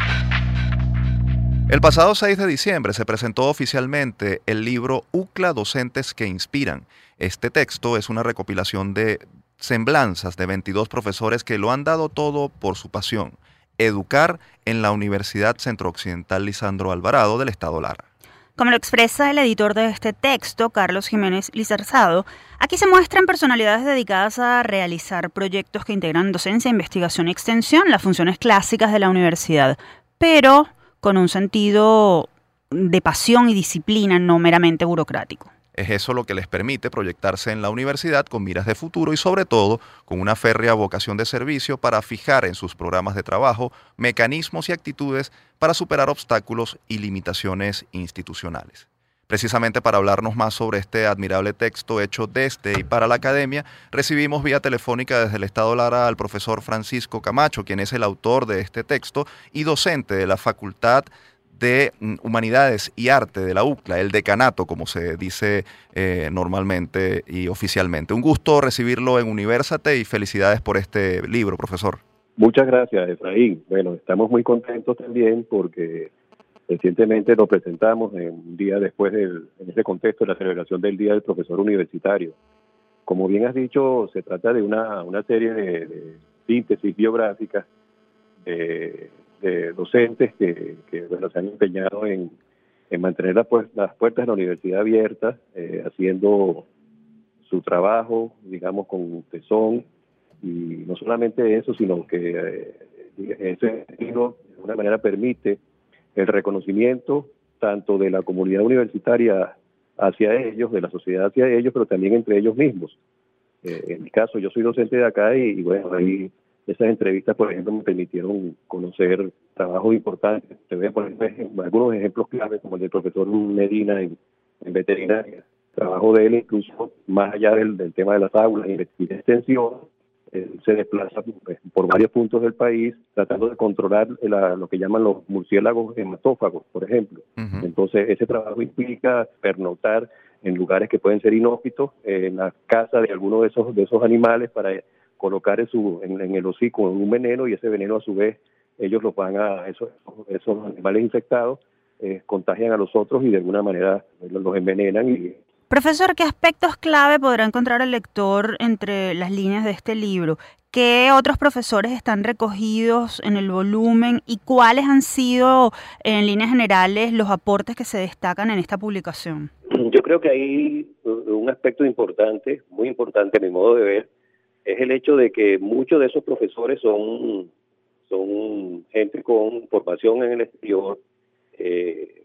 El pasado seis de diciembre se presentó oficialmente el libro UCLA Docentes que Inspiran. Este texto es una recopilación de semblanzas de veintidós profesores que lo han dado todo por su pasión, educar en la Universidad Centro Occidental Lisandro Alvarado del Estado Lara. Como lo expresa el editor de este texto, Carlos Jiménez Lizarzado, aquí se muestran personalidades dedicadas a realizar proyectos que integran docencia, investigación y extensión, las funciones clásicas de la universidad, pero con un sentido de pasión y disciplina no meramente burocrático. Es eso lo que les permite proyectarse en la universidad con miras de futuro y sobre todo con una férrea vocación de servicio para fijar en sus programas de trabajo mecanismos y actitudes para superar obstáculos y limitaciones institucionales. Precisamente para hablarnos más sobre este admirable texto hecho desde y para la academia, recibimos vía telefónica desde el Estado Lara al profesor Francisco Camacho, quien es el autor de este texto y docente de la Facultad de Humanidades y Arte de la UCLA, el decanato, como se dice eh, normalmente y oficialmente. Un gusto recibirlo en Universate y felicidades por este libro, profesor. Muchas gracias, Efraín. Bueno, estamos muy contentos también porque recientemente lo presentamos en un día después del, en este contexto de la celebración del Día del Profesor Universitario. Como bien has dicho, se trata de una, una serie de, de síntesis biográficas de, de docentes que, que bueno, se han empeñado en, en mantener la, pues, las puertas de la universidad abiertas, eh, haciendo su trabajo, digamos, con tesón, y no solamente eso, sino que eh, ese estilo de alguna manera permite el reconocimiento tanto de la comunidad universitaria hacia ellos, de la sociedad hacia ellos, pero también entre ellos mismos. Eh, en mi caso, yo soy docente de acá y, y bueno, ahí esas entrevistas, por ejemplo, me permitieron conocer trabajos importantes. Te voy a poner algunos ejemplos claves, como el del profesor Medina en, en veterinaria. El trabajo de él, incluso más allá del, del tema de las aulas y de extensión, eh, se desplaza pues, por varios puntos del país tratando de controlar la, lo que llaman los murciélagos hematófagos, por ejemplo. Uh-huh. Entonces, ese trabajo implica pernoctar en lugares que pueden ser inhóspitos, eh, en la casa de algunos de esos, de esos animales para colocar en, su, en, en el hocico un veneno, y ese veneno a su vez ellos los van a, esos, esos animales infectados eh, contagian a los otros y de alguna manera los envenenan. Y Profesor, ¿qué aspectos clave podrá encontrar el lector entre las líneas de este libro? ¿Qué otros profesores están recogidos en el volumen y cuáles han sido, en líneas generales, los aportes que se destacan en esta publicación? Yo creo que hay un aspecto importante, muy importante a mi modo de ver, es el hecho de que muchos de esos profesores son, son gente con formación en el exterior, eh,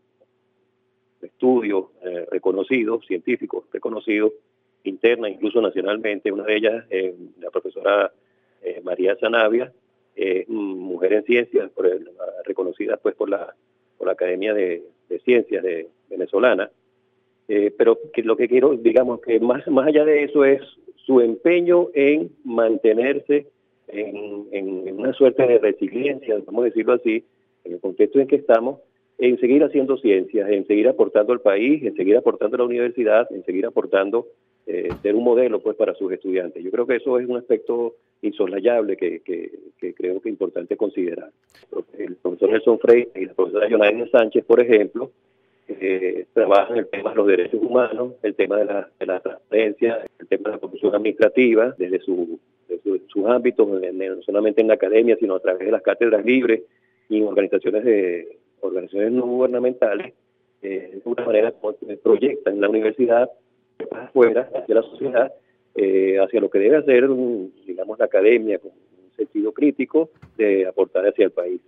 estudios eh, reconocidos, científicos reconocidos, interna, incluso nacionalmente. Una de ellas, eh, la profesora eh, María Zanavia, eh, mujer en ciencias, por el, reconocida pues por la, por la Academia de, de Ciencias de venezolana. Eh, pero que lo que quiero, digamos que más, más allá de eso es su empeño en mantenerse en, en, en una suerte de resiliencia, vamos a decirlo así, en el contexto en que estamos, en seguir haciendo ciencias, en seguir aportando al país, en seguir aportando a la universidad, en seguir aportando, eh, ser un modelo pues para sus estudiantes. Yo creo que eso es un aspecto insoslayable que, que, que creo que es importante considerar. El profesor Nelson Freire y la profesora Yonaina Sánchez, por ejemplo, eh, trabajan el tema de los derechos humanos, el tema de la, de la transparencia, el tema de la corrupción administrativa, desde su, de su, sus ámbitos, no solamente en la academia, sino a través de las cátedras libres y en organizaciones de organizaciones no gubernamentales, eh, de alguna manera proyectan la universidad afuera, hacia la sociedad, eh, hacia lo que debe hacer, digamos, la academia, con un sentido crítico de aportar hacia el país.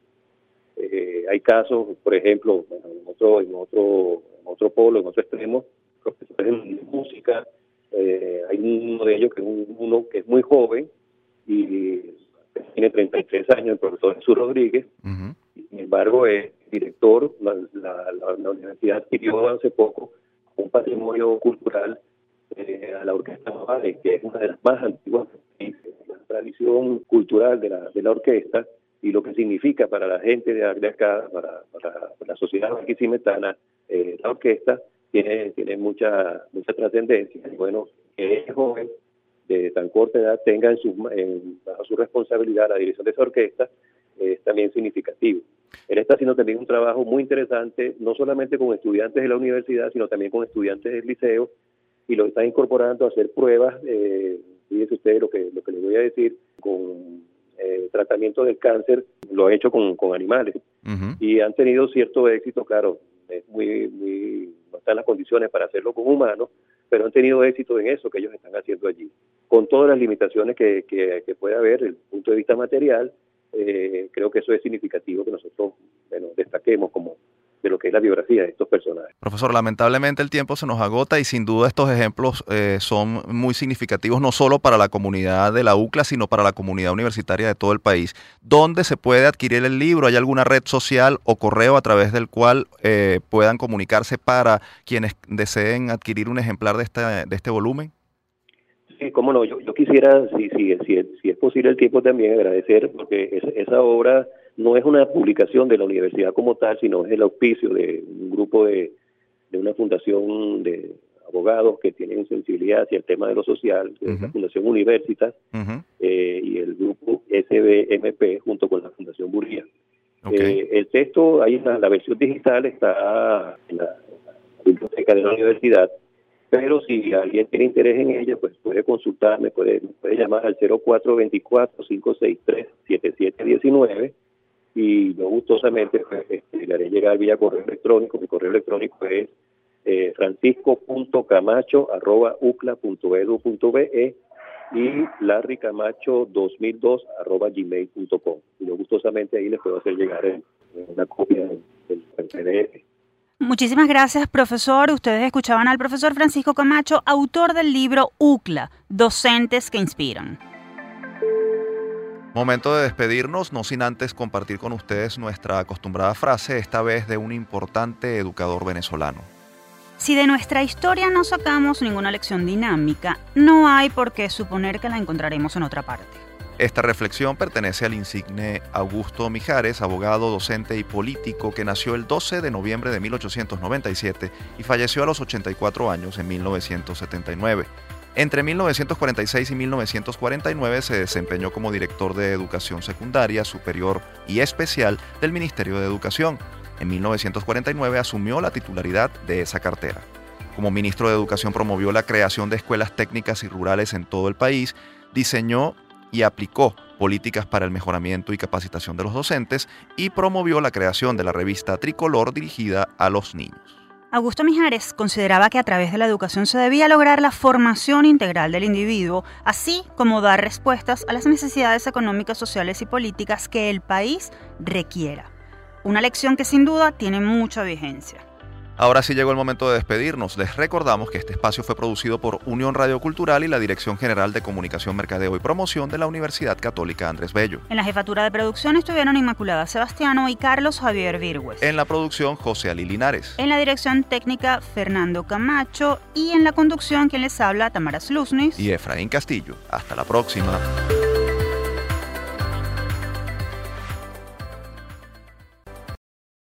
Eh, hay casos, por ejemplo, bueno, en otro, en otro, en otro polo, en otro extremo, profesores de música, eh, hay uno de ellos que es un, uno que es muy joven y tiene treinta y tres años, el profesor Jesús Rodríguez. Uh-huh. Sin embargo, es director, la, la, la, la universidad adquirió hace poco un patrimonio cultural eh, a la Orquesta Navales, que es una de las más antiguas, la tradición cultural de la, de la orquesta, y lo que significa para la gente de, de acá, para, para, para la sociedad barquisimetana, eh, la orquesta tiene, tiene mucha, mucha trascendencia. Y bueno, que es joven, de tan corta edad, tenga en su, en, bajo su responsabilidad la dirección de esa orquesta, es también significativo. Él está haciendo también un trabajo muy interesante, no solamente con estudiantes de la universidad, sino también con estudiantes del liceo, y lo está incorporando a hacer pruebas, eh, fíjense ustedes lo que, lo que les voy a decir, con eh, tratamiento del cáncer, lo ha hecho con, con animales, uh-huh. y han tenido cierto éxito, claro, es muy, muy, no están las condiciones para hacerlo con humanos, pero han tenido éxito en eso que ellos están haciendo allí, con todas las limitaciones que, que, que puede haber desde el punto de vista material. Eh, creo que eso es significativo que nosotros bueno, destaquemos como de lo que es la biografía de estos personajes. Profesor, lamentablemente el tiempo se nos agota y sin duda estos ejemplos eh, son muy significativos no solo para la comunidad de la U C L A, sino para la comunidad universitaria de todo el país. ¿Dónde se puede adquirir el libro? ¿Hay alguna red social o correo a través del cual eh, puedan comunicarse para quienes deseen adquirir un ejemplar de, esta, de este volumen? Sí, cómo no, yo, yo quisiera, si, si, si, si es posible el tiempo también, agradecer, porque esa, esa obra no es una publicación de la universidad como tal, sino es el auspicio de un grupo de, de una fundación de abogados que tienen sensibilidad hacia el tema de lo social, que uh-huh. es la Fundación Universitas, uh-huh. eh, y el grupo S B M P junto con la Fundación Buría. Okay. Eh, el texto, ahí está, la versión digital está en la, en la biblioteca de la universidad, pero si alguien tiene interés en ella, pues puede consultarme, puede, puede llamar al cero cuatro dos cuatro, cinco seis tres, siete siete uno nueve y yo gustosamente pues, este, le haré llegar vía correo electrónico. Mi correo electrónico es eh, francisco punto camacho arroba u c l a punto e d u punto b e y larrycamacho dos mil dos arroba gmail punto com. Y yo gustosamente ahí les puedo hacer llegar en, en una copia del, del P D F. Muchísimas gracias, profesor. Ustedes escuchaban al profesor Francisco Camacho, autor del libro U C L A, Docentes que Inspiran. Momento de despedirnos, no sin antes compartir con ustedes nuestra acostumbrada frase, esta vez de un importante educador venezolano. Si de nuestra historia no sacamos ninguna lección dinámica, no hay por qué suponer que la encontraremos en otra parte. Esta reflexión pertenece al insigne Augusto Mijares, abogado, docente y político que nació el doce de noviembre de mil ochocientos noventa y siete y falleció a los ochenta y cuatro años en mil novecientos setenta y nueve. Entre mil novecientos cuarenta y seis y mil novecientos cuarenta y nueve se desempeñó como director de Educación Secundaria, Superior y Especial del Ministerio de Educación. En mil novecientos cuarenta y nueve asumió la titularidad de esa cartera. Como ministro de Educación promovió la creación de escuelas técnicas y rurales en todo el país, diseñó y aplicó políticas para el mejoramiento y capacitación de los docentes y promovió la creación de la revista Tricolor dirigida a los niños. Augusto Mijares consideraba que a través de la educación se debía lograr la formación integral del individuo, así como dar respuestas a las necesidades económicas, sociales y políticas que el país requiera. Una lección que sin duda tiene mucha vigencia. Ahora sí llegó el momento de despedirnos. Les recordamos que este espacio fue producido por Unión Radio Cultural y la Dirección General de Comunicación, Mercadeo y Promoción de la Universidad Católica Andrés Bello. En la jefatura de producción estuvieron Inmaculada Sebastiano y Carlos Javier Virgües. En la producción, José Ali Linares. En la dirección técnica, Fernando Camacho. Y en la conducción, quien les habla, Tamara Sluznis y Efraín Castillo. Hasta la próxima.